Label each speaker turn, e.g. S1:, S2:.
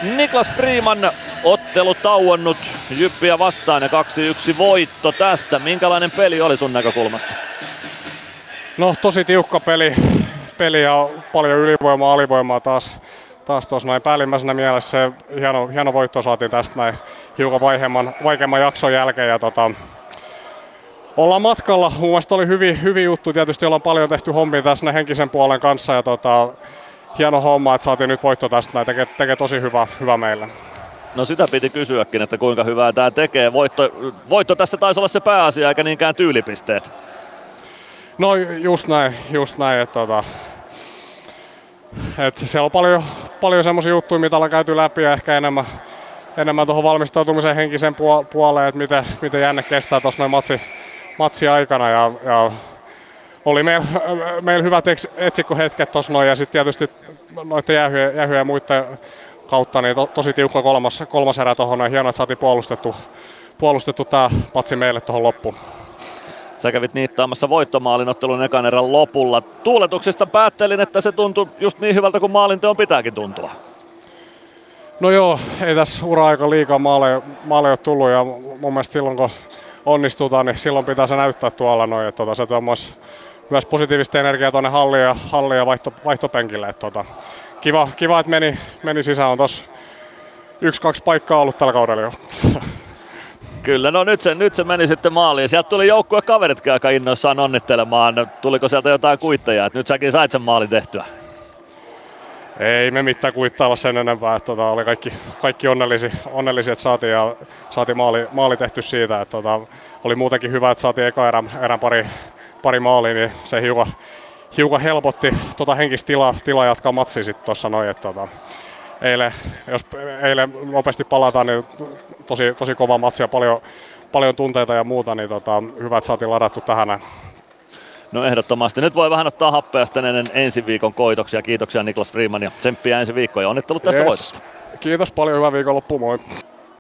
S1: Niklas Freeman, ottelu tauonnut Jyppiä vastaan ja 2-1 voitto tästä. Minkälainen peli oli sun näkökulmasta?
S2: No tosi tiukka peli ja paljon ylivoimaa, alivoimaa taas tuossa näin päällimmäisenä mielessä. Hieno voitto saatiin tästä näin hiukan vaikeamman jakson jälkeen. Ja ollaan matkalla. Mun mielestä oli hyvin juttu. Tietysti ollaan paljon tehty hommia tässä henkisen puolen kanssa. Ja hieno homma, että saatiin nyt voitto tästä näin. Tekee tosi hyvä meille.
S1: No sitä piti kysyäkin, että kuinka hyvää tää tekee. Voitto tässä taisi olla se pääasia, eikä niinkään tyylipisteet.
S2: No just näin, että siellä on paljon semmoisia juttuja, mitä ollaan käyty läpi ja ehkä enemmän tuohon valmistautumisen henkisen puoleen, että miten jänne kestää tuossa noin matsi aikana ja oli meillä hyvät etsikkohetket tuossa noin ja sitten tietysti noiden jäähyjä ja muiden kautta niin tosi tiukka kolmas erä tuohon noin. Hienoa, että saatiin puolustettu tämä matsi meille tuohon loppuun.
S1: Sä kävit niittaamassa voittomaalin ottelun ekan erän lopulla. Tuuletuksesta päättelin, että se tuntui just niin hyvältä kuin maalinteon pitääkin tuntua.
S2: No joo, ei tässä ura-aika liikaa maaleja ole tullut ja mun mielestä silloin kun onnistutaan, niin silloin pitää se näyttää tuolla noin. Se tuo myös positiivista energiaa tuonne halliin ja vaihtopenkille. Kiva, että meni sisään. On tossa 1-2 paikkaa ollut tällä kaudella jo.
S1: Kyllä, no nyt se meni sitten maaliin. Sieltä tuli joukkuekaveritkin aika innoissaan onnittelemaan. Tuliko sieltä jotain kuitteja, että nyt säkin sait sen maalin tehtyä?
S2: Ei me mitään kuittailla sen enempää. Että oli kaikki onnellisia, että saatiin maali tehty siitä. Että oli muutenkin hyvä, että saatiin eka erän pari maalia, niin se hiukan helpotti henkistä tilaa jatkaa matsia sitten tuossa noin. Että jos eilen nopeasti palataan, niin tosi kova matsi ja paljon tunteita ja muuta, niin hyvä, että saatiin ladattu tähän.
S1: No ehdottomasti. Nyt voi vähän ottaa happea sitten ennen ensi viikon koitoksia. Kiitoksia Niklas Freeman ja tsemppiä ensi viikkoon ja onnittelut tästä voitosta.
S2: Kiitos paljon, hyvää viikonloppua, moi!